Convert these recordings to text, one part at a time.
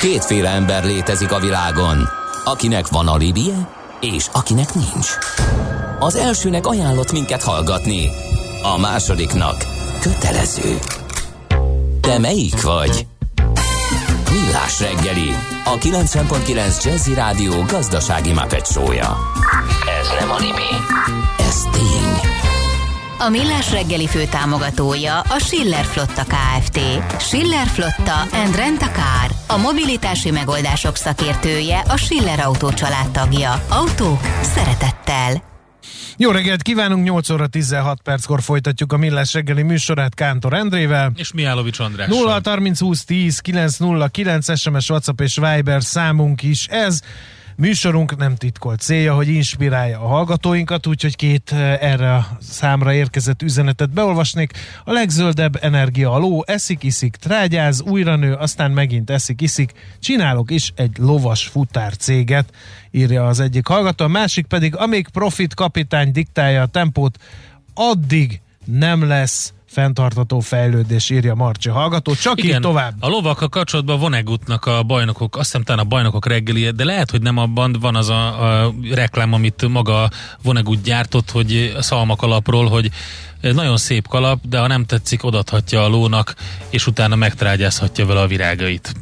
Kétféle ember létezik a világon, akinek van alibije, és akinek nincs. Az elsőnek ajánlott minket hallgatni, a másodiknak kötelező. Te melyik vagy? Millás reggeli, a 90.9 Jazzy Rádió gazdasági Muppet show-ja. Ez nem anime, ez tény. A Millás reggeli főtámogatója a Schiller Flotta Kft. Schiller Flotta and Rent a Car. A mobilitási megoldások szakértője, a Schiller Autó család tagja. Autók szeretettel. Jó reggelt kívánunk, 8 óra 16 perckor folytatjuk a Millás reggeli műsorát Kántor Endrével. És Mihálovics Andrással. 0 30 20 10 909 SMS, WhatsApp és Viber számunk is ez. Műsorunk nem titkolt célja, hogy inspirálja a hallgatóinkat, úgyhogy két erre a számra érkezett üzenetet beolvasnék. A legzöldebb energia a ló, eszik, iszik, trágyáz, újra nő, aztán megint eszik, iszik. Csinálok is egy lovas futárcéget, írja az egyik hallgató. A másik pedig, amíg profit kapitány diktálja a tempót, addig nem lesz fenntartható fejlődés, írja Marcsi hallgató. Csak igen, így tovább. A lovakkal kapcsolatban Vonnegutnak a bajnokok, azt hiszem talán a bajnokok reggelie, de lehet, hogy nem abban van az a reklám, amit maga Vonnegut gyártott, hogy a szalmakalapról, hogy nagyon szép kalap, de ha nem tetszik, odaadhatja a lónak, és utána megtrágyázhatja vele a virágait.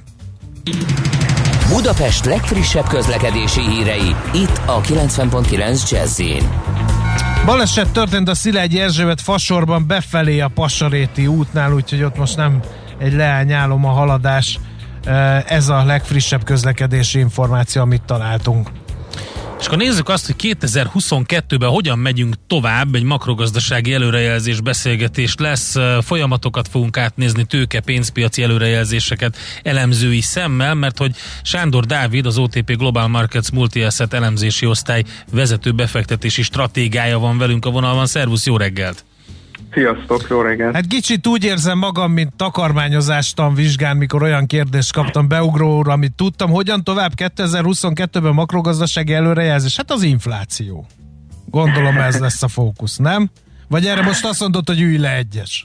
Budapest legfrissebb közlekedési hírei, itt a 90.9 Jazzyn. Baleset történt a Szilágyi Erzsébet fasorban befelé a Passaréti útnál, úgyhogy ott most nem egy leányálom a haladás. Ez a legfrissebb közlekedési információ, amit találtunk. És akkor nézzük azt, hogy 2022-ben hogyan megyünk tovább, egy makrogazdasági előrejelzés beszélgetés lesz, folyamatokat fogunk átnézni, tőke, pénzpiaci előrejelzéseket elemzői szemmel, mert hogy Sándor Dávid, az OTP Global Markets Multi-Asset elemzési osztály vezető befektetési stratégája van velünk a vonalban. Szervusz, jó reggelt! Sziasztok, jó reggelt! Hát kicsit úgy érzem magam, mint takarmányozástan vizsgán, mikor olyan kérdést kaptam beugróra, amit tudtam. Hogyan tovább 2022-ben makrogazdasági előrejelzés? Hát az infláció. Gondolom ez lesz a fókusz, nem? Vagy erre most azt mondod, hogy ülj le egyes?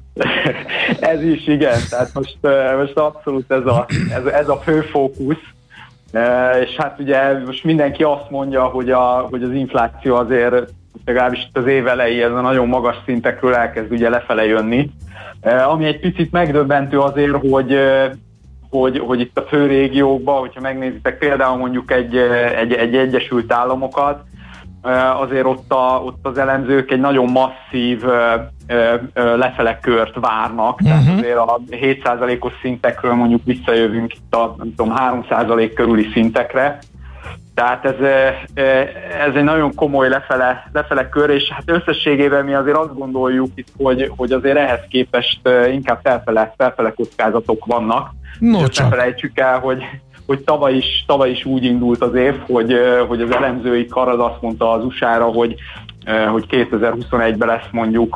Ez is, igen. Tehát most abszolút ez a fő fókusz. És hát ugye most mindenki azt mondja, hogy az infláció azért legalábbis itt az év elején ez a nagyon magas szintekről elkezd ugye lefele jönni. Ami egy picit megdöbbentő azért, hogy itt a fő régiókban, hogyha megnézitek például mondjuk egy Egyesült Államokat, azért ott az elemzők egy nagyon masszív lefele kört várnak, tehát azért a 7%-os szintekről mondjuk visszajövünk itt a 3% körüli szintekre. Tehát ez egy nagyon komoly lefele kör, és hát összességében mi azért azt gondoljuk itt, hogy azért ehhez képest inkább felfele kockázatok vannak. Ne felejtsük el, hogy tavaly is úgy indult az év, hogy az elemzői kar az azt mondta az USA-ra, hogy 2021-ben lesz mondjuk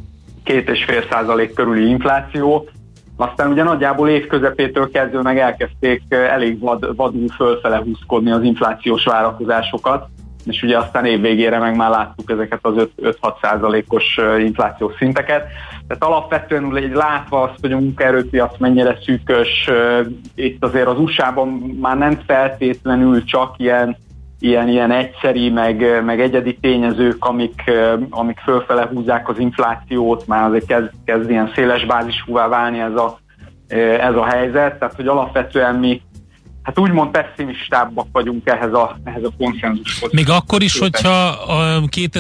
2,5% körüli infláció. Aztán ugye nagyjából év közepétől kezdve meg elkezdték elég vadul fölfele húzkodni az inflációs várakozásokat, és ugye aztán év végére meg már láttuk ezeket az 5-6%-os inflációs szinteket. Tehát alapvetően látva azt, hogy a munkaerőpiac mennyire szűkös, itt azért az USA-ban már nem feltétlenül csak ilyen egyszeri, meg egyedi tényezők, amik fölfele húzzák az inflációt, már azért kezd ilyen széles bázisúvá válni ez a helyzet, tehát hogy alapvetően mi hát úgymond pessimistábbak vagyunk ehhez a konszenzushoz. Még akkor is, hogyha a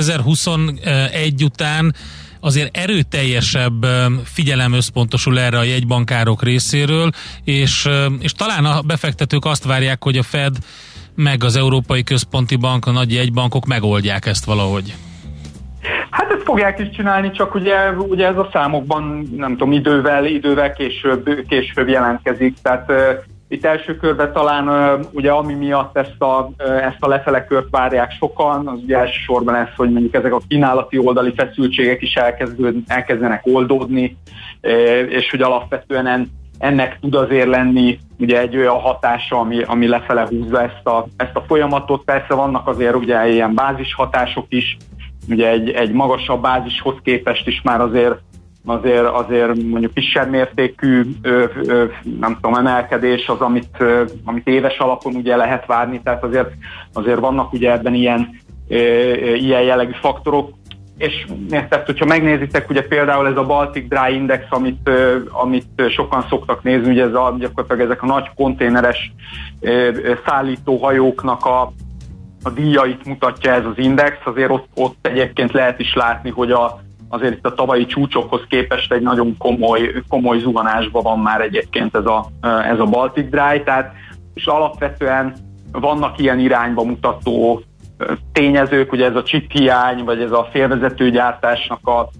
2021 után azért erőteljesebb figyelem összpontosul erre a jegybankárok részéről, és talán a befektetők azt várják, hogy a Fed meg az Európai Központi Bank, a nagy jegybankok megoldják ezt valahogy. Hát ezt fogják is csinálni, csak ugye ez a számokban, nem tudom, idővel később jelentkezik, tehát itt első körben talán ugye ami miatt ezt a lefele kört várják sokan, az ugye elsősorban ez, hogy mondjuk ezek a kínálati oldali feszültségek is elkezdenek oldódni, és hogy alapvetően ennek tud azért lenni ugye egy olyan hatása, ami lefele húzza ezt a folyamatot. Persze vannak azért ugye ilyen bázis hatások is, ugye egy magasabb bázishoz képest is már azért azért mondjuk kisebb mértékű nem tudom, emelkedés az, amit éves alapon ugye lehet várni, tehát azért vannak ugye ebben ilyen jellegű faktorok. És tehát, hogyha megnézitek, ugye például ez a Baltic Dry Index, amit sokan szoktak nézni, ugye gyakorlatilag ezek a nagy konténeres szállítóhajóknak a díjait mutatja ez az index, azért ott egyébként lehet is látni, hogy azért itt a tavalyi csúcsokhoz képest egy nagyon komoly zuhanásban van már egyébként ez a Baltic Dry, tehát és alapvetően vannak ilyen irányba mutató tényezők, ugye ez a chip hiány, vagy ez a félvezetőgyártásnak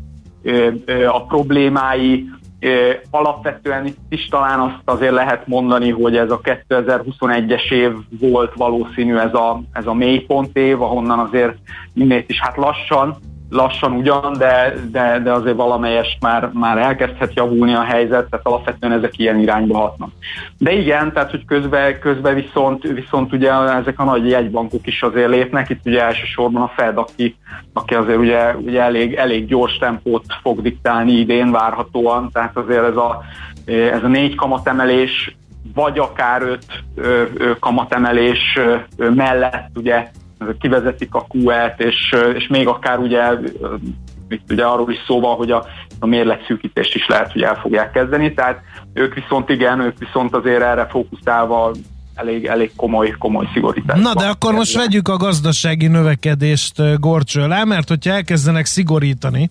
a problémái. Alapvetően itt is talán azt azért lehet mondani, hogy ez a 2021-es év volt valószínű ez a mélypont év, ahonnan azért innét is hát lassan ugyan, de azért valamelyest már elkezdhet javulni a helyzet, tehát alapvetően ezek ilyen irányba hatnak. De igen, tehát hogy közben viszont ugye ezek a nagy jegybankok is azért lépnek, itt ugye elsősorban a Fed, aki azért ugye elég gyors tempót fog diktálni idén várhatóan, tehát azért ez a 4 kamatemelés, vagy akár 5 kamatemelés mellett ugye kivezetik a QE-t, és még akár ugye arról is szóval, hogy a mérlegszűkítést is lehet, hogy el fogják kezdeni, tehát ők viszont azért erre fókuszálva elég komoly szigorítás. Na, de akkor most vegyük a gazdasági növekedést górcső alá, mert hogyha elkezdenek szigorítani,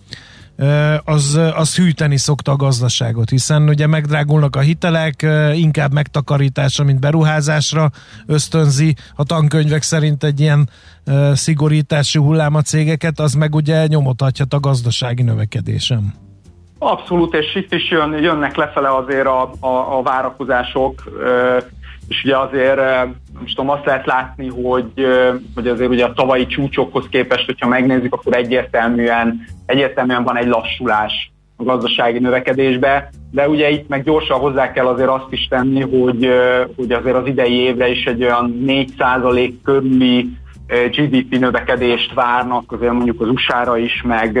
az hűteni szokta a gazdaságot, hiszen ugye megdrágulnak a hitelek, inkább megtakarításra, mint beruházásra ösztönzi a tankönyvek szerint egy ilyen szigorítási hullám a cégeket, az meg ugye nyomot adhat a gazdasági növekedésen. Abszolút, és itt is jönnek lefele azért a várakozások, és ugye azért most tudom, azt lehet látni, hogy azért ugye a tavalyi csúcsokhoz képest, hogyha megnézzük, akkor egyértelműen van egy lassulás a gazdasági növekedésbe, de ugye itt meg gyorsan hozzá kell azért azt is tenni, hogy azért az idei évre is egy olyan 4% körüli GDP növekedést várnak, azért mondjuk az USA-ra is,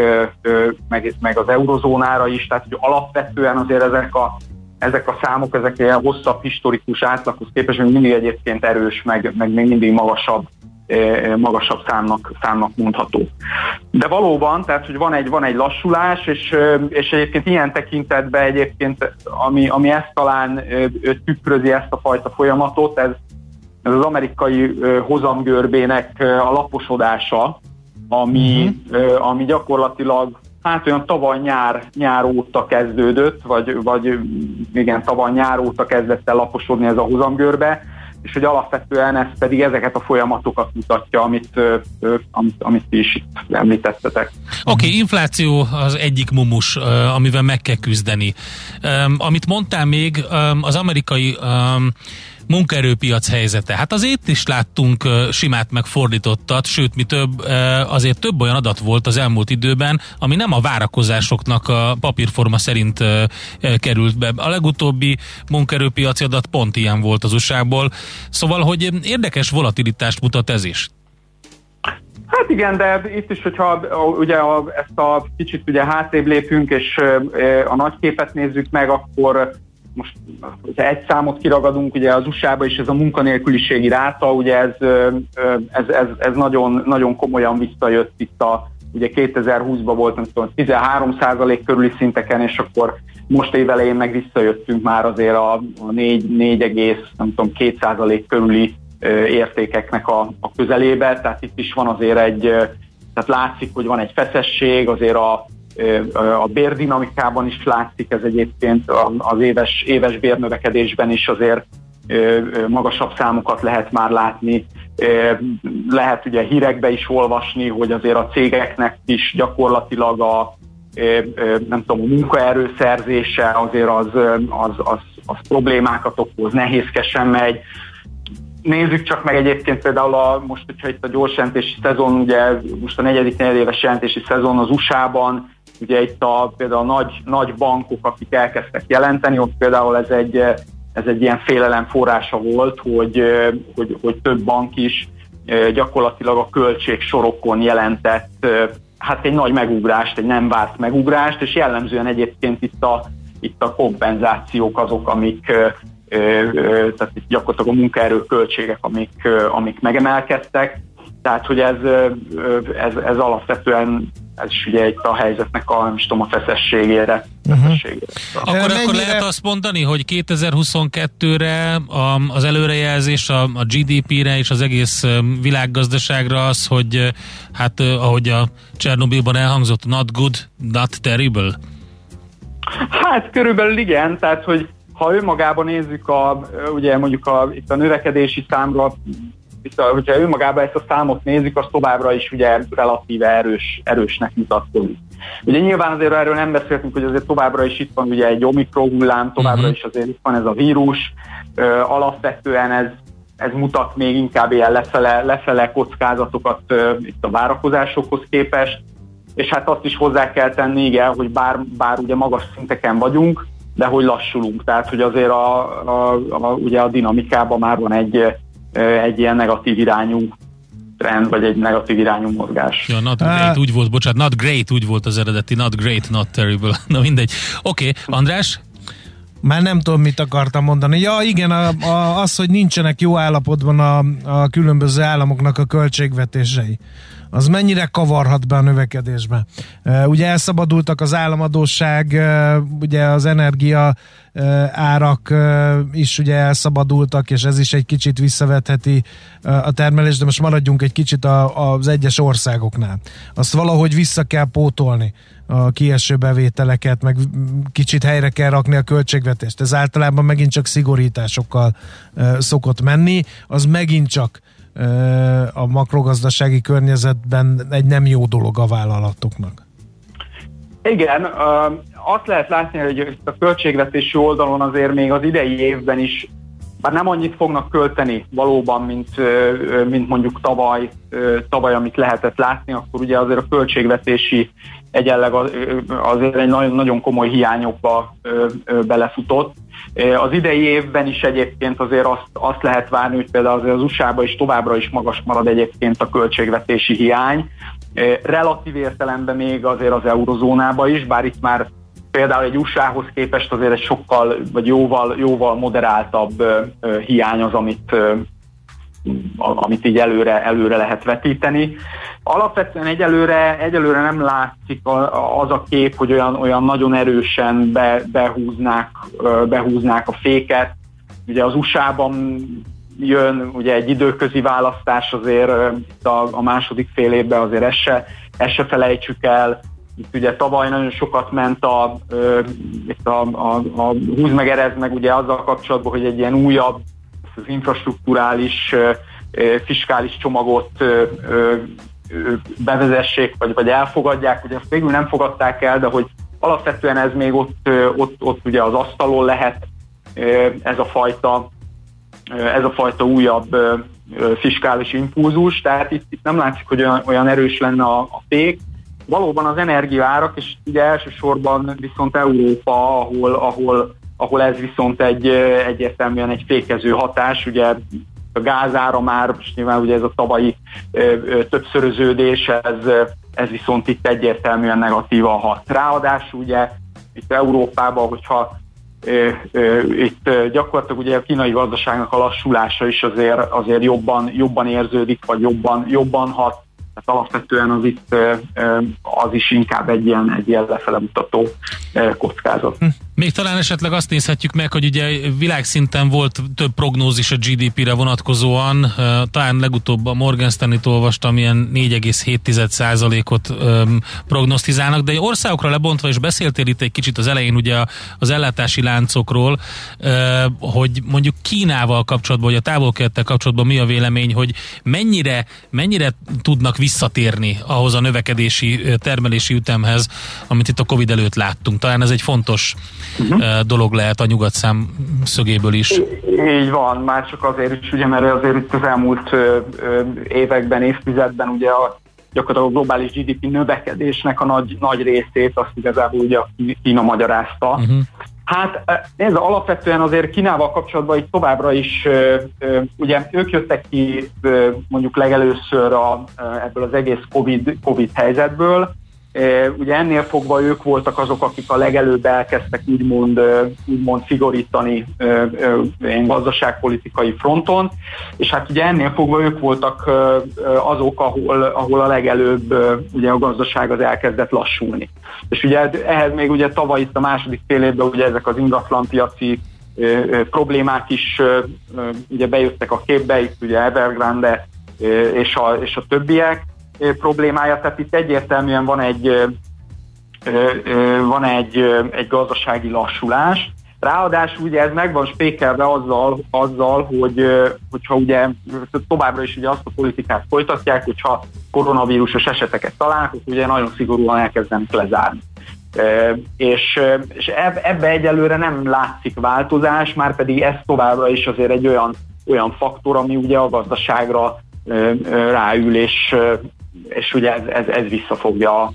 meg az eurozónára is, tehát hogy alapvetően azért ezek a számok, ezek ilyen hosszabb historikus átlaghoz képest még mindig egyébként erős, meg még mindig magasabb számnak mondható. De valóban, tehát hogy van egy lassulás, és egyébként ilyen tekintetben egyébként, ami ezt talán tükrözi ezt a fajta folyamatot, ez az amerikai hozamgörbének a laposodása, ami gyakorlatilag hát olyan tavaly nyár óta kezdődött, vagy igen, tavaly nyár óta kezdett el laposodni ez a hozamgörbe, és hogy alapvetően ez pedig ezeket a folyamatokat mutatja, amit ti is itt említettetek. Oké, infláció az egyik mumus, amivel meg kell küzdeni. Amit mondtál még, az amerikai munkaerőpiac helyzete. Hát azért itt is láttunk simát megfordítottat, sőt, mi több, azért több olyan adat volt az elmúlt időben, ami nem a várakozásoknak a papírforma szerint került be. A legutóbbi munkaerőpiaci adat pont ilyen volt az USA-ból. Szóval, hogy érdekes volatilitást mutat ez is. Hát igen, de itt is, hogyha ugye ezt a kicsit ugye hátrébb lépünk, és a nagy képet nézzük meg, akkor most, hogyha egy számot kiragadunk, ugye az USA-ban is ez a munkanélküliségi ráta, ugye ez nagyon, nagyon komolyan visszajött itt ugye 2020-ban volt, nem tudom, 13% körüli szinteken, és akkor most évelején meg visszajöttünk már azért a 4,2% körüli értékeknek a közelébe, tehát itt is van azért tehát látszik, hogy van egy feszesség, azért a bérdinamikában is látszik, ez egyébként az éves bérnövekedésben is azért magasabb számokat lehet már látni. Lehet ugye hírekbe is olvasni, hogy azért a cégeknek is gyakorlatilag a munkaerő szerzése azért az problémákat okoz, nehézkesen megy. Nézzük csak meg egyébként például most, hogyha itt a gyors jelentési szezon, ugye most a negyedik negyedéves jelentési szezon az USA-ban, ugye itt például nagy bankok, akik elkezdtek jelenteni, ott például ez egy ilyen félelem forrása volt, hogy több bank is gyakorlatilag a költségsorokon jelentett hát egy nagy megugrást, egy nem várt megugrást, és jellemzően egyébként itt a kompenzációk azok, amik tehát itt gyakorlatilag a munkaerő költségek, amik megemelkedtek, tehát hogy ez alapvetően ez is ugye itt a helyzetnek a feszességére. Akkor lehet azt mondani, hogy 2022-re az előrejelzés a GDP-re és az egész világgazdaságra az, hogy hát ahogy a Csernobilban elhangzott, not good, not terrible? Hát körülbelül igen, tehát hogy ha önmagában nézzük ugye mondjuk itt a növekedési számra, hogyha önmagában ezt a számot nézzük, az továbbra is ugye relatíve erősnek mutatkozik. Ugye nyilván azért erről nem beszéltünk, hogy azért továbbra is itt van ugye egy Omikron hullám, továbbra is azért itt van ez a vírus, alapvetően ez mutat még inkább ilyen lefele kockázatokat itt a várakozásokhoz képest, és hát azt is hozzá kell tenni, igen, hogy bár ugye magas szinteken vagyunk, de hogy lassulunk, tehát hogy azért ugye a dinamikában már van egy ilyen negatív irányú trend, vagy egy negatív irányú mozgás. Ja, not great úgy volt, bocsánat, not great úgy volt az eredeti, not great, not terrible. Na mindegy. Oké, András? Már nem tudom, mit akartam mondani. Ja, igen, az, hogy nincsenek jó állapotban a különböző államoknak a költségvetései. Az mennyire kavarhat be a növekedésbe? Ugye elszabadultak az államadósság, ugye az energia árak is ugye elszabadultak, és ez is egy kicsit visszavetheti a termelést, de most maradjunk egy kicsit az egyes országoknál. Azt valahogy vissza kell pótolni a kieső bevételeket, meg kicsit helyre kell rakni a költségvetést. Ez általában megint csak szigorításokkal szokott menni, az megint csak a makrogazdasági környezetben egy nem jó dolog a vállalatoknak. Igen, azt lehet látni, hogy a költségvetési oldalon azért még az idei évben is, bár nem annyit fognak költeni valóban, mint mondjuk tavaly, amit lehetett látni, akkor ugye azért a költségvetési egyenleg azért egy nagyon, nagyon komoly hiányokba belefutott. Az idei évben is egyébként azért azt lehet várni, hogy például azért az USA-ban is továbbra is magas marad egyébként a költségvetési hiány. Relatív értelemben még azért az eurozónában is, bár itt már például egy USA-hoz képest azért egy sokkal, vagy jóval moderáltabb hiány az, amit így előre lehet vetíteni. Alapvetően egyelőre nem látszik az a kép, hogy olyan nagyon erősen behúznák a féket. Ugye az USA-ban jön ugye egy időközi választás, azért a második fél évben azért ezt se felejtsük el. Itt ugye tavaly nagyon sokat ment a húz meg erez meg ugye azzal kapcsolatban, hogy egy ilyen újabb az infrastrukturális fiskális csomagot bevezessék, vagy elfogadják, ugye azt végül nem fogadták el, de hogy alapvetően ez még ott ugye az asztalon lehet ez a fajta újabb fiskális impulzus, tehát itt nem látszik, hogy olyan erős lenne a fék. Valóban az energiaárak, és ugye elsősorban viszont Európa, ahol ez viszont egyértelműen egy fékező hatás, ugye a gázára már, és nyilván ugye ez a tavalyi többszöröződés, ez viszont itt egyértelműen negatívan hat. Ráadásul ugye itt Európában, hogyha itt gyakorlatilag ugye a kínai gazdaságnak a lassulása is azért jobban érződik, vagy jobban hat. Tehát alapvetően az is inkább egy ilyen lefele mutató kockázat. Még talán esetleg azt nézhetjük meg, hogy ugye világszinten volt több prognózis a GDP-re vonatkozóan, talán legutóbb a Morgan Stanley-t olvastam, ilyen 4,7%-ot prognosztizálnak, de országokra lebontva, és beszéltél itt egy kicsit az elején ugye az ellátási láncokról, hogy mondjuk Kínával kapcsolatban, vagy a távol-kelettel kapcsolatban mi a vélemény, hogy mennyire tudnak visszatérni ahhoz a növekedési, termelési ütemhez, amit itt a Covid előtt láttunk. Talán ez egy fontos dolog lehet a nyugatszám szögéből is. Így van, már csak azért is, ugye, mert azért itt az elmúlt években, évtizedben ugye gyakorlatilag a globális GDP növekedésnek a nagy részét azt igazából ugye a Kína magyarázta. Hát nézd, alapvetően azért Kínával kapcsolatban itt továbbra is, ugye ők jöttek ki mondjuk legelőször ebből az egész Covid helyzetből. Ugye ennél fogva ők voltak azok, akik a legelőbb elkezdtek úgymond szigorítani gazdaságpolitikai fronton, és hát ugye ennél fogva ők voltak azok, ahol a legelőbb ugye a gazdaság az elkezdett lassulni. És ugye ehhez még ugye tavaly itt a második fél évben ugye ezek az ingatlanpiaci problémák is ugye bejöttek a képbe, itt ugye Evergrande és a többiek problémája, tehát itt egyértelműen van egy gazdasági lassulás. Ráadásul ugye ez meg van spékelve azzal, hogyha ugye továbbra is ugye azt a politikát folytatják, hogyha koronavírusos eseteket találnak, ugye nagyon szigorúan elkezdenek lezárni. És ebbe egyelőre nem látszik változás, már pedig ez továbbra is azért egy olyan faktor, ami ugye a gazdaságra ráül, és ugye ez visszafogja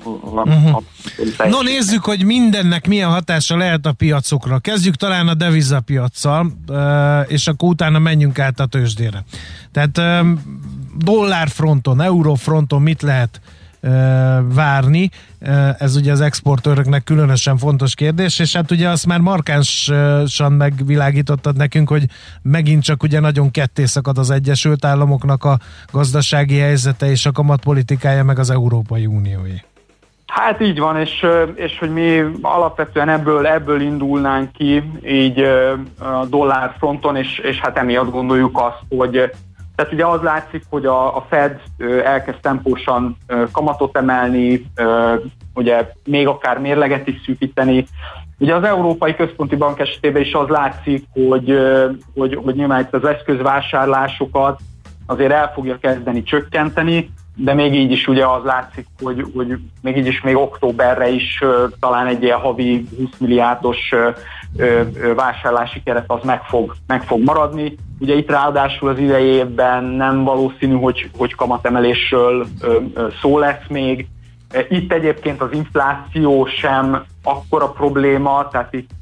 No, nézzük, hogy mindennek milyen hatása lehet a piacokra. Kezdjük talán a devizapiaccal, és akkor utána menjünk át a tőzsdére. Tehát dollárfronton, eurófronton mit lehet várni? Ez ugye az exportőröknek különösen fontos kérdés, és hát ugye azt már markánsan megvilágítottad nekünk, hogy megint csak ugye nagyon ketté szakad az Egyesült Államoknak a gazdasági helyzete és a kamatpolitikája, meg az Európai Unióé. Hát így van, és hogy mi alapvetően ebből indulnánk ki így a dollárfronton, és hát emiatt gondoljuk azt, hogy tehát ugye az látszik, hogy a Fed elkezd tempósan kamatot emelni, ugye még akár mérleget is szűkíteni. Ugye az Európai Központi Bank esetében is az látszik, hogy nyilván itt az eszközvásárlásokat azért el fogja kezdeni csökkenteni, de még így is ugye az látszik, hogy még így is még októberre is talán egy ilyen havi 20 milliárdos vásárlási keret az meg fog maradni. Ugye itt ráadásul az idei évben nem valószínű, hogy kamatemelésről szó lesz még. Itt egyébként az infláció sem akkora probléma, tehát itt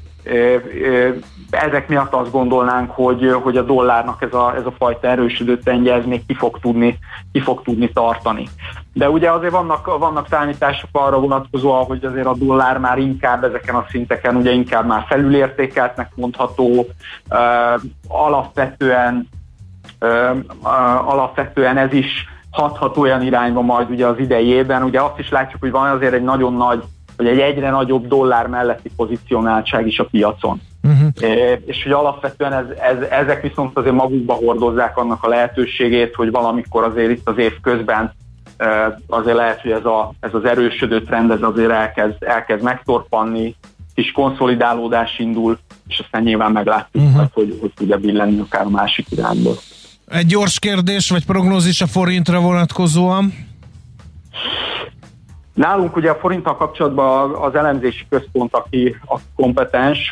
ezek miatt azt gondolnánk, hogy a dollárnak ez a fajta erősödő trendje ez még ki fog tudni tartani. De ugye azért vannak számítások arra vonatkozóan, hogy azért a dollár már inkább ezeken a szinteken ugye inkább már felülértékeltnek mondható, alapvetően ez is hathat olyan irányba majd ugye az idei évben. Ugye azt is látjuk, hogy van azért egy nagyon nagy, vagy egy egyre nagyobb dollár melletti pozícionáltság is a piacon. És hogy alapvetően ezek viszont azért magukba hordozzák annak a lehetőségét, hogy valamikor azért itt az év közben azért lehet, hogy ez az erősödő trend ez azért elkezd megtorpanni, kis konszolidálódás indul, és aztán nyilván meglátjuk, hogy tudja billenni akár a másik irányból. Egy gyors kérdés, vagy prognózis a forintra vonatkozóan? Nálunk ugye a forinttal kapcsolatban az elemzési központ, aki kompetens.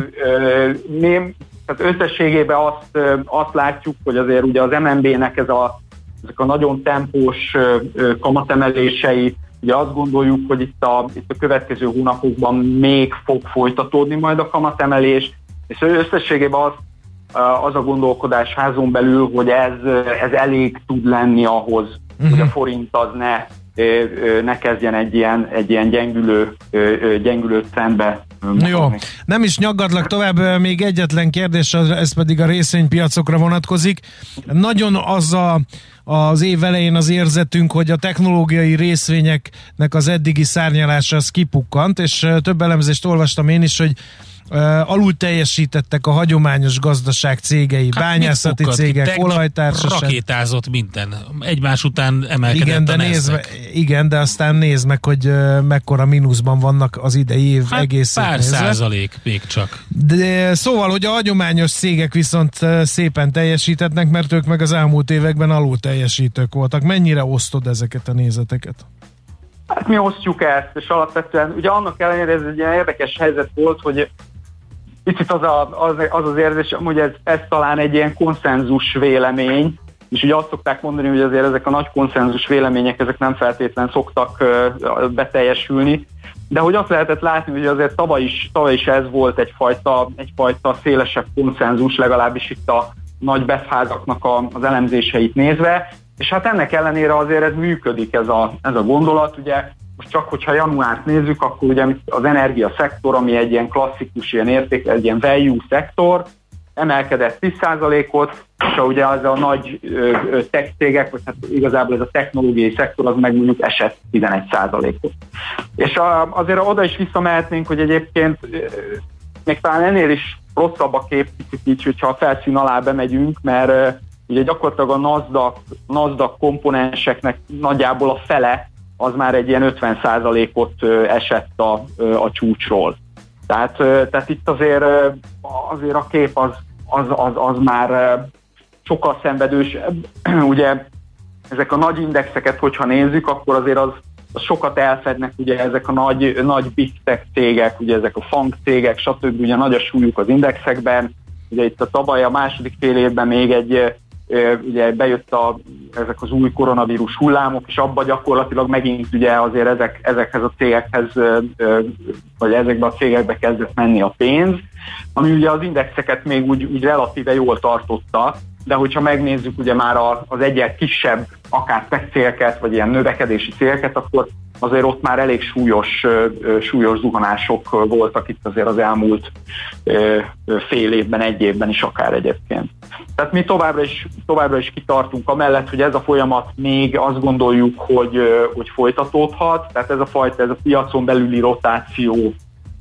Tehát összességében azt látjuk, hogy azért ugye az MNB-nek ezek a nagyon tempós kamatemelései, ugye azt gondoljuk, hogy itt a következő hónapokban még fog folytatódni majd a kamatemelés, és összességében az a gondolkodás házon belül, hogy ez elég tud lenni ahhoz, hogy a forint az ne kezdjen egy ilyen gyengülő trendbe. Jó, nem is nyaggatlak tovább, még egyetlen kérdés, ez pedig a részvénypiacokra vonatkozik. Nagyon az év elején az érzetünk, hogy a technológiai részvényeknek az eddigi szárnyalása az kipukkant, és több elemzést olvastam én is, hogy alul teljesítettek a hagyományos gazdaság cégei, bányászati cégek, olajtársaság. Rakétázott minden. Egymás után emelkedett a Nasdaq. Igen, de aztán nézd meg, hogy mekkora mínuszban vannak az idei év egészét pár nézve. százalék még csak. De szóval, hogy a hagyományos cégek viszont szépen teljesítetnek, mert ők meg az elmúlt években alul teljesítők voltak. Mennyire osztod ezeket a nézeteket? Hát mi osztjuk ezt, és alapvetően ugye annak ellenére ez egy ilyen érdekes helyzet volt, hogy picit az érzés, hogy ez talán egy ilyen konszenzus vélemény, és ugye azt szokták mondani, hogy azért ezek a nagy konszenzus vélemények, ezek nem feltétlen szoktak beteljesülni. de hogy azt lehetett látni, hogy azért tavaly is ez volt egyfajta szélesebb konszenzus, legalábbis itt a nagy BESZ-házaknak az elemzéseit nézve, és hát ennek ellenére azért ez működik ez a gondolat, ugye most csak hogyha januárt nézzük, akkor ugye az energiaszektor, ami egy ilyen klasszikus egy ilyen value szektor, emelkedett 10%-ot, és ugye az a nagy tech cégek, vagy hát igazából ez a technológiai szektor, az meg mondjuk esett 11%-ot. És azért oda is visszamehetnénk, hogy egyébként még talán ennél is rosszabb a kép, így, hogyha a felszín alá bemegyünk, mert ugye gyakorlatilag a NASDAQ komponenseknek nagyjából a fele, az már egy ilyen 50%-ot esett a csúcsról. Tehát itt azért a kép az már sokkal szenvedősebb. Ugye ezek a nagy indexeket, hogyha nézzük, akkor azért az sokat elfednek, ugye ezek a nagy big tech cégek, ugye ezek a FANG cégek, stb. Ugye nagy a súlyuk az indexekben. Ugye itt a tavaly a második fél évben még ugye bejött ezek az új koronavírus hullámok, és abban gyakorlatilag megint ugye azért ezekhez a cégekhez, vagy ezekbe a cégekbe kezdett menni a pénz, ami ugye az indexeket még úgy relatíve jól tartotta, de hogyha megnézzük ugye már az egyel kisebb, akár tech cégeket, vagy ilyen növekedési cégeket, akkor azért ott már elég súlyos zuhanások voltak itt azért az elmúlt fél évben, egy évben is akár egyébként. Tehát mi továbbra is kitartunk amellett, hogy ez a folyamat még azt gondoljuk, hogy folytatódhat, tehát ez a piacon belüli rotáció,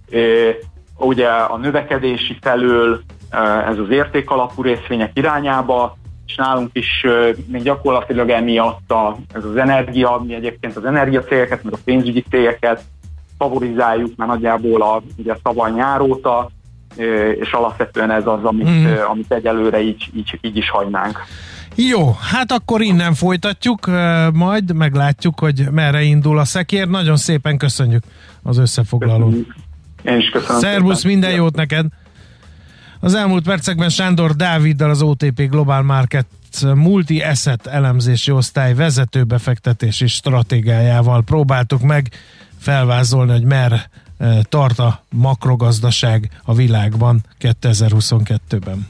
ugye a növekedési felől, ez az értékalapú részvények irányába, és nálunk is még gyakorlatilag emiatt ez az energia, mi egyébként az energiacégeket, meg a pénzügyi cégeket favorizáljuk már nagyjából ugye tavaly nyár óta, és alapvetően ez az, amit egyelőre így is hagynánk. Jó, hát akkor innen folytatjuk, majd meglátjuk, hogy merre indul a szekér. Nagyon szépen köszönjük az összefoglalót. Én is köszönöm. Szervusz, minden jót neked! Az elmúlt percekben Sándor Dáviddal, az OTP Global Market multi-asset elemzési osztály vezető befektetési stratégiájával próbáltuk meg felvázolni, hogy merre tart a makrogazdaság a világban 2022-ben.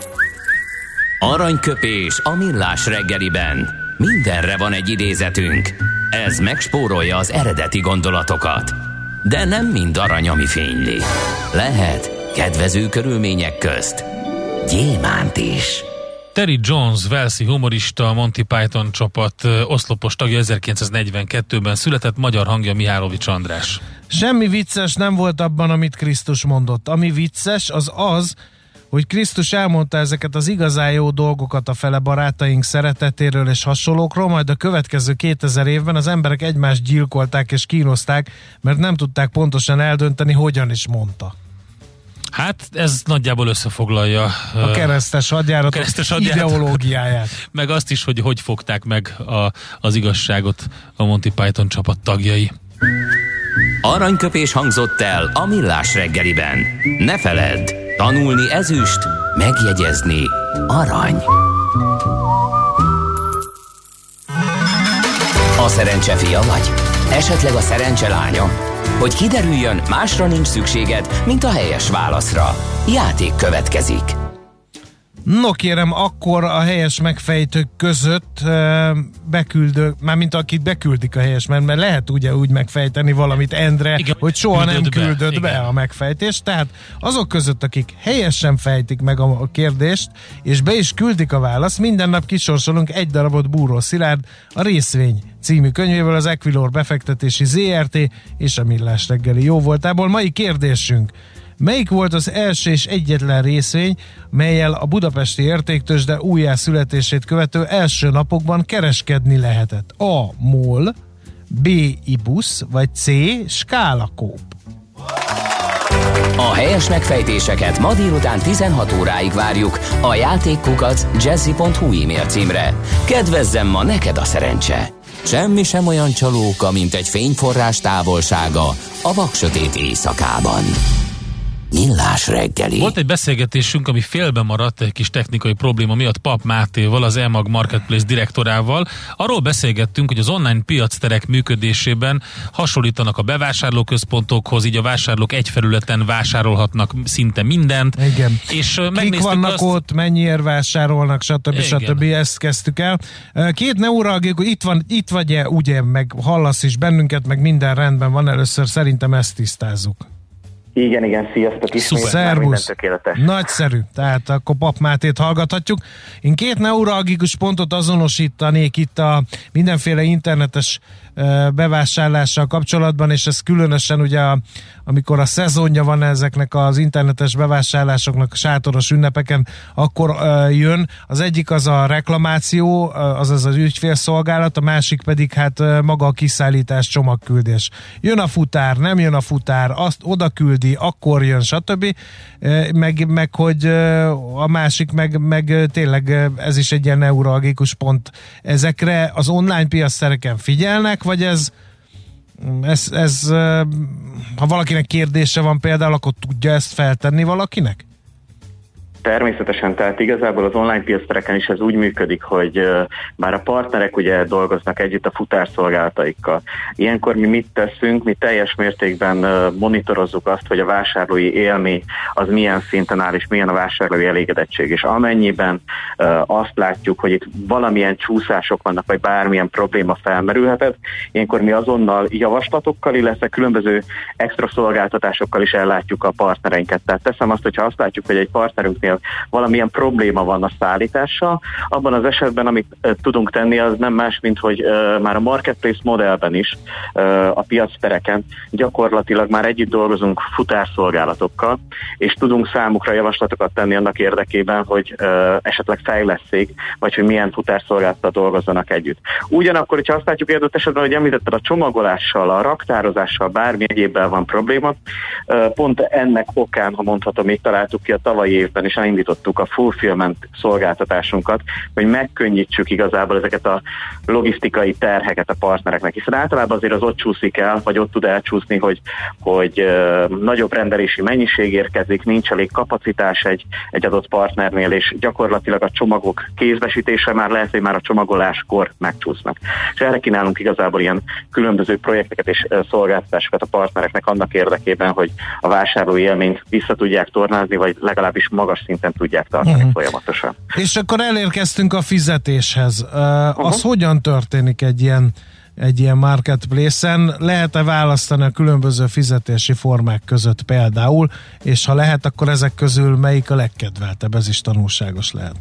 Aranyköpés a millás reggeliben. Mindenre van egy idézetünk. Ez megspórolja az eredeti gondolatokat. De nem mind arany, ami fényli. Lehet kedvező körülmények közt gyémánt is. Terry Jones, walesi humorista, Monty Python csapat oszlopos tagja, 1942-ben született, magyar hangja Mihálovics András. Semmi vicces nem volt abban, amit Krisztus mondott. Ami vicces, az, hogy Krisztus elmondta ezeket az igazán jó dolgokat a fele barátaink szeretetéről és hasonlókról, majd a következő 2000 évben az emberek egymást gyilkolták és kínozták, mert nem tudták pontosan eldönteni, hogyan is mondta. Hát ez nagyjából összefoglalja a keresztes hadjárat ideológiáját. Meg azt is, hogy fogták meg az igazságot a Monty Python csapat tagjai. Aranyköpés hangzott el a millás reggeliben. Ne feledd, tanulni ezüst, megjegyezni arany. A szerencse fia vagy? Esetleg a szerencse lánya? Hogy kiderüljön, másra nincs szükséged, mint a helyes válaszra. Játék következik. No kérem, akkor a helyes megfejtők között mármint akit beküldik a helyes, mert lehet ugye úgy megfejteni valamit, Endre, igen, hogy soha nem küldött be a megfejtést, tehát azok között, akik helyesen fejtik meg a kérdést, és be is küldik a választ, minden nap kisorsolunk egy darabot Búró Szilárd a Részvény című könyvéből, az Equilor befektetési ZRT és a Millás reggeli jóvoltából. Mai kérdésünk: melyik volt az első és egyetlen részvény, mellyel a budapesti értéktőzsde újjászületését követő első napokban kereskedni lehetett? A. MOL, B. IBUS, vagy C. Skála Coop? A helyes megfejtéseket ma délután 16 óráig várjuk a játékkukac@jazzy.hu e-mail címre. Kedvezzem ma neked a szerencse! Semmi sem olyan csalóka, mint egy fényforrás távolsága a vaksötét éjszakában. Millás reggeli. Volt egy beszélgetésünk, ami félbe maradt egy kis technikai probléma miatt Pap Mátéval, az EMAG Marketplace direktorával. Arról beszélgettünk, hogy az online piacterek működésében hasonlítanak a bevásárlóközpontokhoz, így a vásárlók egy felületen vásárolhatnak szinte mindent. Igen. És kik vannak ott, mennyiért vásárolnak, stb. Ezt kezdtük el. Két neuralgikus, itt vagy ugye, meg hallasz is bennünket, meg minden rendben van, először szerintem ezt tisztázzuk. Igen, sziasztok is. Szervusz. Nagyszerű, tehát akkor Pap Mátét hallgathatjuk. Én két neuralgikus pontot azonosítanék itt a mindenféle internetes bevásárlással kapcsolatban, és ez különösen ugye, amikor a szezonja van ezeknek az internetes bevásárlásoknak, a sátoros ünnepeken, akkor jön. Az egyik az a reklamáció, azaz az ügyfélszolgálat, a másik pedig hát maga a kiszállítás, csomagküldés. Jön a futár, nem jön a futár, azt oda küldi, akkor jön, stb. Meg hogy a másik, meg tényleg ez is egy ilyen neuralgikus pont. Ezekre az online piactereken figyelnek, vagy ez ha valakinek kérdése van például, akkor tudja ezt feltenni valakinek? Természetesen, tehát igazából az online piactereken is ez úgy működik, hogy bár a partnerek ugye dolgoznak együtt a futárszolgálataikkal. Ilyenkor mi mit teszünk? Mi teljes mértékben monitorozzuk azt, hogy a vásárlói élmény az milyen szinten áll, és milyen a vásárlói elégedettség. És amennyiben azt látjuk, hogy itt valamilyen csúszások vannak, vagy bármilyen probléma felmerülhetett, ilyenkor mi azonnal javaslatokkal, illetve különböző extra szolgáltatásokkal is ellátjuk a partnereinket. Tehát teszem azt, hogyha azt látjuk, hogy egy partnerünknél valamilyen probléma van a szállítással, abban az esetben, amit tudunk tenni, az nem más, mint hogy már a marketplace modellben is a piactereken gyakorlatilag már együtt dolgozunk futárszolgálatokkal, és tudunk számukra javaslatokat tenni annak érdekében, hogy esetleg fejlesszék, vagy hogy milyen futárszolgálattal dolgozzanak együtt. Ugyanakkor, hogyha azt látjuk adott esetben, hogy említetted, a csomagolással, a raktározással, bármi egyébben van probléma, pont ennek okán, ha mondhatom, így találtuk ki a tavalyi évben, és elindítottuk a fulfillment szolgáltatásunkat, hogy megkönnyítsük igazából ezeket a logisztikai terheket a partnereknek, hiszen általában azért az ott csúszik el, vagy ott tud elcsúszni, hogy nagyobb rendelési mennyiség érkezik, nincs elég kapacitás egy adott partnernél, és gyakorlatilag a csomagok kézbesítése már lehet, hogy már a csomagoláskor megcsúsznak. És erre kínálunk igazából ilyen különböző projekteket és szolgáltatásokat a partnereknek annak érdekében, hogy a vásárlói élményt vissza tudják tornázni, vagy legalábbis magas szinten tudják tartani folyamatosan. És akkor elérkeztünk a fizetéshez. Az hogyan történik egy ilyen marketplace-en? Lehet-e választani a különböző fizetési formák között például, és ha lehet, akkor ezek közül melyik a legkedveltebb? Ez is tanulságos lehet.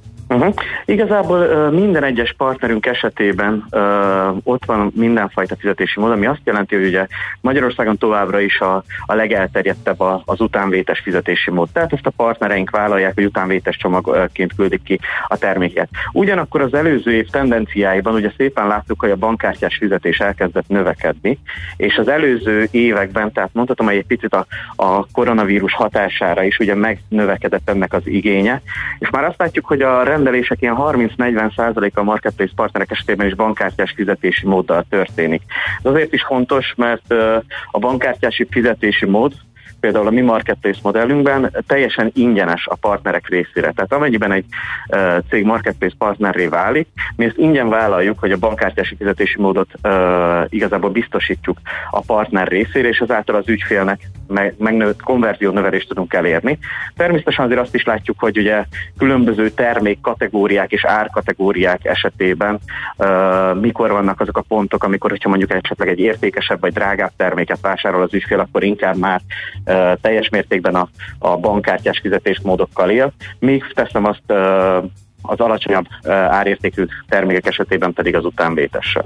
Igazából minden egyes partnerünk esetében ott van mindenfajta fizetési mód, ami azt jelenti, hogy ugye Magyarországon továbbra is a legelterjedtebb az utánvétes fizetési mód. Tehát ezt a partnereink vállalják, hogy utánvétes csomagként küldik ki a terméket. Ugyanakkor az előző év tendenciáiban ugye szépen láttuk, hogy a bankkártyás fizetés elkezdett növekedni, és az előző években, tehát mondhatom, hogy egy picit a koronavírus hatására is ugye megnövekedett ennek az igénye, és már azt látjuk, hogy a rendelések ilyen 30-40% a marketplace partnerek esetében is bankkártyás fizetési móddal történik. Ez azért is fontos, mert a bankkártyás fizetési mód például a mi marketplace modellünkben teljesen ingyenes a partnerek részére. Tehát amennyiben egy cég marketplace partnerré válik, mi ezt ingyen vállaljuk, hogy a bankkártyás fizetési módot igazából biztosítjuk a partner részére, és ezáltal az ügyfélnek megnőtt konverzió növelést tudunk elérni. Természetesen azért azt is látjuk, hogy ugye különböző termékkategóriák és árkategóriák esetében mikor vannak azok a pontok, amikor, hogyha mondjuk esetleg egy értékesebb vagy drágább terméket vásárol az ügyfél, akkor inkább már teljes mértékben a bankkártyás fizetésmódokkal él. Még teszem azt az alacsonyabb árértékű termékek esetében pedig az utánvétessel.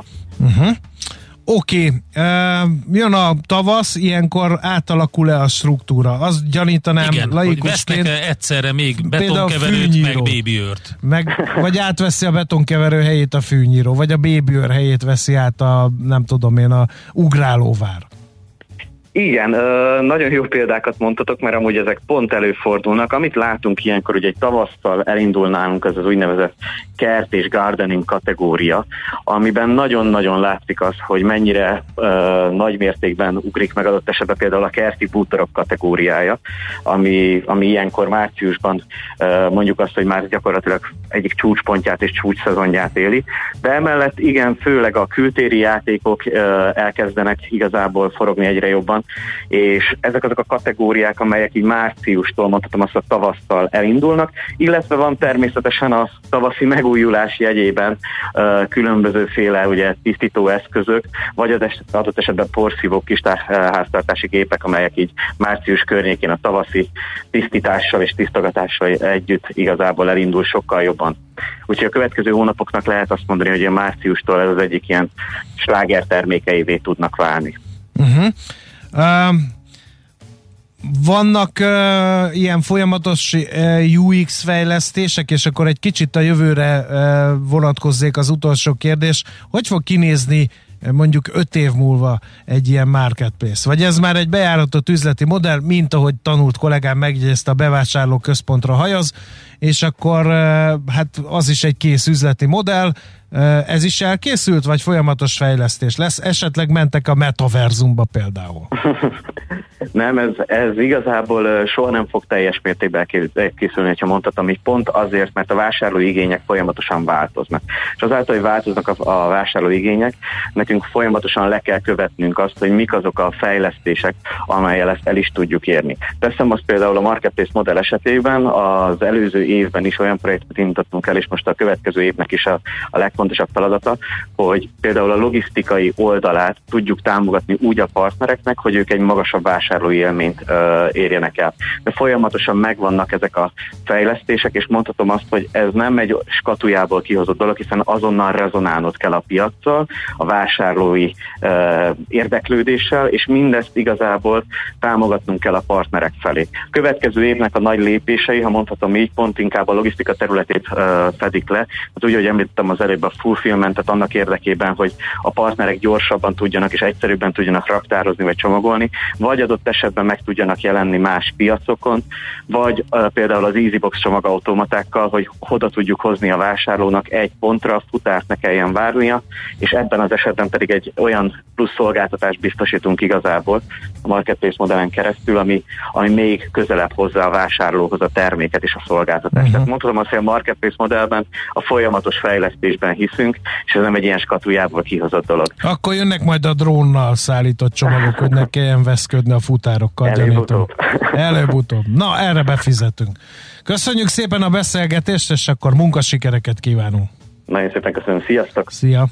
Oké, jön a tavasz, ilyenkor átalakul-e a struktúra? Azt gyanítanám laikusként. Hogy vesznek egyszerre még betonkeverőt, meg bébiőrt. Vagy átveszi a betonkeverő helyét a fűnyíró, vagy a bébiőr helyét veszi át a, nem tudom én, a ugrálóvár. Igen, nagyon jó példákat mondtatok, mert amúgy ezek pont előfordulnak. Amit látunk ilyenkor, ugye egy tavasszal elindul nálunk ez az úgynevezett kert és gardening kategória, amiben nagyon-nagyon látszik az, hogy mennyire nagy mértékben ugrik meg adott esetben például a kerti bútorok kategóriája, ami ilyenkor márciusban mondjuk azt, hogy már gyakorlatilag egyik csúcspontját és csúcsszezonját éli, de emellett igen, főleg a kültéri játékok elkezdenek igazából forogni egyre jobban, és ezek azok a kategóriák, amelyek így márciustól, mondhatom azt, a tavasszal elindulnak, illetve van természetesen a tavaszi megújulás jegyében különbözőféle ugye tisztító eszközök, vagy az adott esetben porszívó kis háztartási gépek, amelyek így március környékén a tavaszi tisztítással és tisztogatással együtt igazából elindul sokkal jobban. Úgyhogy a következő hónapoknak lehet azt mondani, hogy a márciustól ez az egyik ilyen sláger termékeivé tudnak válni. Vannak ilyen folyamatos UX fejlesztések, és akkor egy kicsit a jövőre vonatkozzék az utolsó kérdés. Hogy fog kinézni mondjuk 5 év múlva egy ilyen marketplace? Vagy ez már egy bejáratott üzleti modell, mint ahogy tanult kollégám megjegyezte, a bevásárló központra hajaz, és akkor hát az is egy kész üzleti modell. Ez is elkészült, vagy folyamatos fejlesztés lesz? Esetleg mentek a metaverzumba például? Nem, ez igazából soha nem fog teljes mértékben készülni, ha mondhatom, így pont azért, mert a vásárlói igények folyamatosan változnak. És azáltal, hogy változnak a vásárlói igények, nekünk folyamatosan le kell követnünk azt, hogy mik azok a fejlesztések, amelyel ezt el is tudjuk érni. Teszem azt például a marketplace modell esetében, az előző évben is olyan projektet indítottunk el, és most a következő évnek is a legfontosabb feladata, hogy például a logisztikai oldalát tudjuk támogatni úgy a partnereknek, hogy ők egy magasabb vásárlói élményt érjenek el. De folyamatosan megvannak ezek a fejlesztések, és mondhatom azt, hogy ez nem egy skatujából kihozott dolog, hiszen azonnal rezonálnod kell a piaccal, a vásárlói érdeklődéssel, és mindezt igazából támogatnunk kell a partnerek felé. Következő évnek a nagy lépései, ha mondhatom így, pont inkább a logisztika területét fedik le. Hát úgy, ahogy említettem az előbb a fulfillmentet annak érdekében, hogy a partnerek gyorsabban tudjanak és egyszerűbben tudjanak raktározni vagy csomagolni, vagy adott esetben meg tudjanak jelenni más piacokon, vagy például az EasyBox csomagautomatákkal, hogy oda tudjuk hozni a vásárlónak egy pontra, a futárt ne kelljen várnia, és ebben az esetben pedig egy olyan plusz szolgáltatást biztosítunk igazából a marketplace modellen keresztül, ami még közelebb hozzá a vásárlóhoz a terméket és a szolgáltatást. Tehát mondhatom azt, hogy a marketplace modellben a folyamatos fejlesztésben hiszünk, és ez nem egy ilyen skatujából kihozott dolog. Akkor jönnek majd a drónnal szállított csomagok, hogy ne kelljen veszködni a futárokkal. Előbb-utóbb. Na, erre befizetünk. Köszönjük szépen a beszélgetést, és akkor munkasikereket kívánunk. Nagyon szépen köszönöm. Sziasztok! Szia!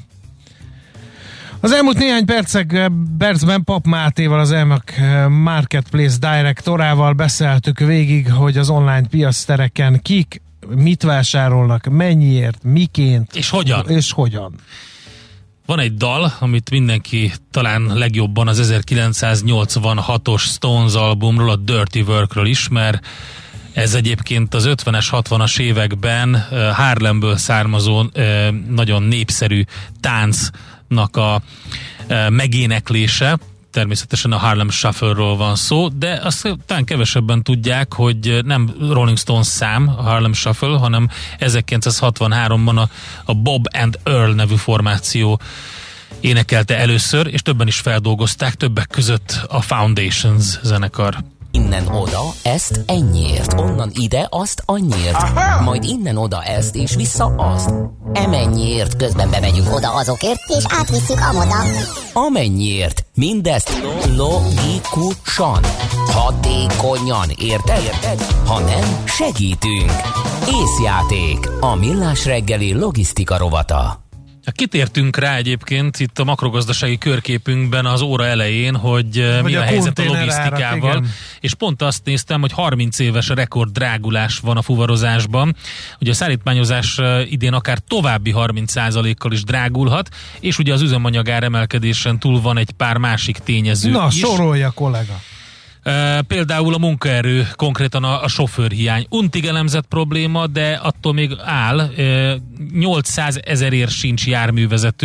Az elmúlt néhány percben Pap Mátéval, az EMAG Marketplace Directorával beszéltük végig, hogy az online piactereken kik mit vásárolnak, mennyiért, miként és hogyan. Van egy dal, amit mindenki talán legjobban az 1986-os Stones albumról, a Dirty Workről ismer. Ez egyébként az 50-es, 60-as években Harlemből származó nagyon népszerű táncnak a megéneklése. Természetesen a Harlem Shuffle-ról van szó, de azt talán kevesebben tudják, hogy nem Rolling Stones szám a Harlem Shuffle, hanem 1963-ban a Bob and Earl nevű formáció énekelte először, és többen is feldolgozták, többek között a Foundations zenekar. Innen oda, ezt ennyiért, onnan ide, azt annyiért, majd innen oda ezt, és vissza azt. Emennyiért, közben bemegyünk oda azokért, és átvisszük amoda. Amennyiért, mindezt logikusan, hatékonyan, érted? Ha nem, segítünk. Észjáték, a Millás reggeli logisztika rovata. Kitértünk rá egyébként itt a makrogazdasági körképünkben az óra elején, hogy mi a helyzet a logisztikával, árak, és pont azt néztem, hogy 30 éves rekord drágulás van a fuvarozásban. Ugye a szállítmányozás idén akár további 30%-kal is drágulhat, és ugye az üzemanyagár emelkedésen túl van egy pár másik tényező is. Na, sorolja, kollega! Például a munkaerő, konkrétan a sofőrhiány. Untig elemzett probléma, de attól még áll. 800 000 sincs járművezető,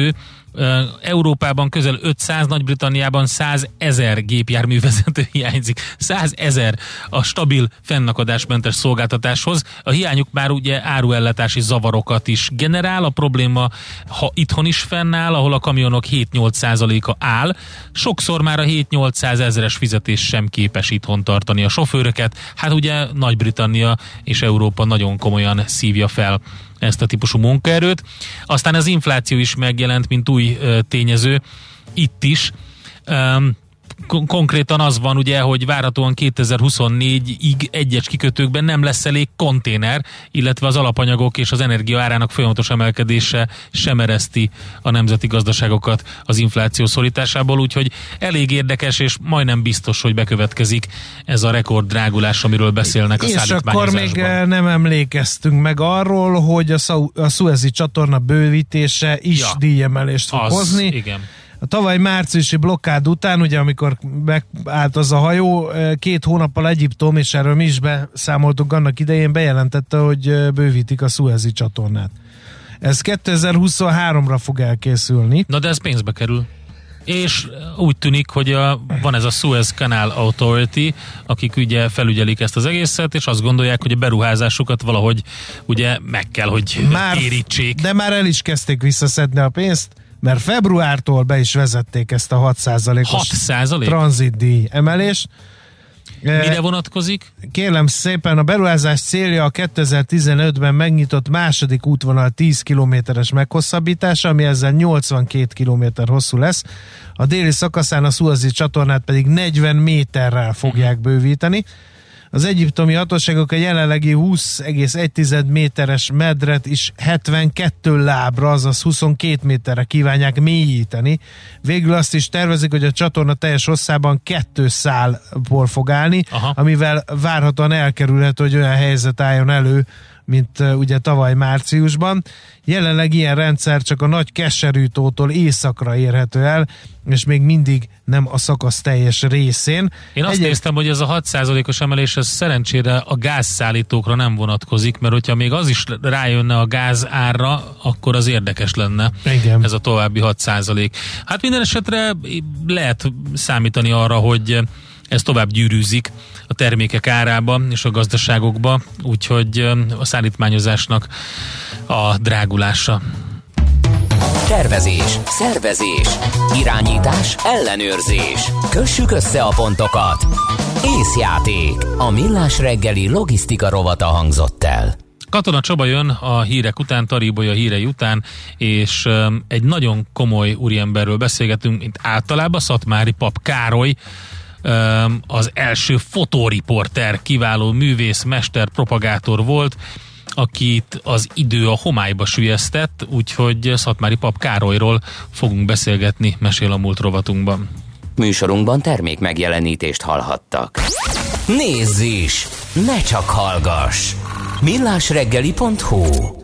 Európában közel 500, Nagy-Britanniában 100 000 gépjárművezető hiányzik. 100 000 a stabil, fennakadásmentes szolgáltatáshoz. A hiányuk már ugye áruellátási zavarokat is generál. A probléma, ha itthon is fennáll, ahol a kamionok 7-8%-a áll, sokszor már a 7-800 ezeres fizetés sem képes itthon tartani a sofőröket. Hát ugye Nagy-Britannia és Európa nagyon komolyan szívja fel ezt a típusú munkaerőt. Aztán az infláció is megjelent, mint új tényező itt is. Konkrétan az van ugye, hogy várhatóan 2024-ig egyes kikötőkben nem lesz elég konténer, illetve az alapanyagok és az energia árának folyamatos emelkedése sem ereszti a nemzeti gazdaságokat az infláció szorításából, úgyhogy elég érdekes és majdnem biztos, hogy bekövetkezik ez a rekorddrágulás, amiről beszélnek a szállítmányozásban. És akkor még nem emlékeztünk meg arról, hogy a Szuezi csatorna bővítése is díjemelést fog hozni. Igen. A tavaly márciusi blokkád után, ugye amikor megállt az a hajó, 2 hónappal Egyiptom, és erről mi is beszámoltunk annak idején, bejelentette, hogy bővítik a Szuezi csatornát. Ez 2023-ra fog elkészülni. Na de ez pénzbe kerül. És úgy tűnik, hogy van ez a Suez Canal Authority, akik ugye felügyelik ezt az egészet, és azt gondolják, hogy a beruházásukat valahogy ugye meg kell, hogy térítsék. De már el is kezdték visszaszedni a pénzt, mert februártól be is vezették ezt a 6%-os 6%? tranzitdíj emelést. Mire vonatkozik? Kérlem szépen, a beruházás célja a 2015-ben megnyitott második útvonal 10 kilométeres meghosszabbítása, ami ezzel 82 kilométer hosszú lesz. A déli szakaszán a Szuezi csatornát pedig 40 méterrel fogják bővíteni. Az egyiptomi hatóságok a jelenlegi 20,1 méteres medret is 72 lábra, azaz 22 méterre kívánják mélyíteni. Végül azt is tervezik, hogy a csatorna teljes hosszában 2 szálból fog állni, amivel várhatóan elkerülhető, hogy olyan helyzet álljon elő, mint ugye tavaly márciusban. Jelenleg ilyen rendszer csak a Nagy Keserűtótól északra érhető el, és még mindig nem a szakasz teljes részén. Én azt néztem, hogy ez a 6%-os emelés, ez szerencsére a gázszállítókra nem vonatkozik, mert hogyha még az is rájönne a gáz árra, akkor az érdekes lenne. Igen. Ez a további 6%. Hát minden esetre lehet számítani arra, hogy ez tovább gyűrűzik a termékek árába és a gazdaságokba, úgyhogy a szállítmányozásnak a drágulása. Tervezés, szervezés, irányítás, ellenőrzés. Kössük össze a pontokat. Észjáték. A Millás reggeli logisztika rovata hangzott el. Katona Csaba jön a hírek után, Taríbolya hírei után, és egy nagyon komoly úriemberről beszélgetünk, mint általában Szatmári Pap Károly, az első fotóriporter, kiváló művész, mester, propagátor volt, akit az idő a homályba süllyesztett, úgyhogy Szatmári Pap Károlyról fogunk beszélgetni, mesél a múlt rovatunkban. Műsorunkban termék megjelenítést hallhattak. Nézz is! Ne csak hallgass! millásreggeli.hu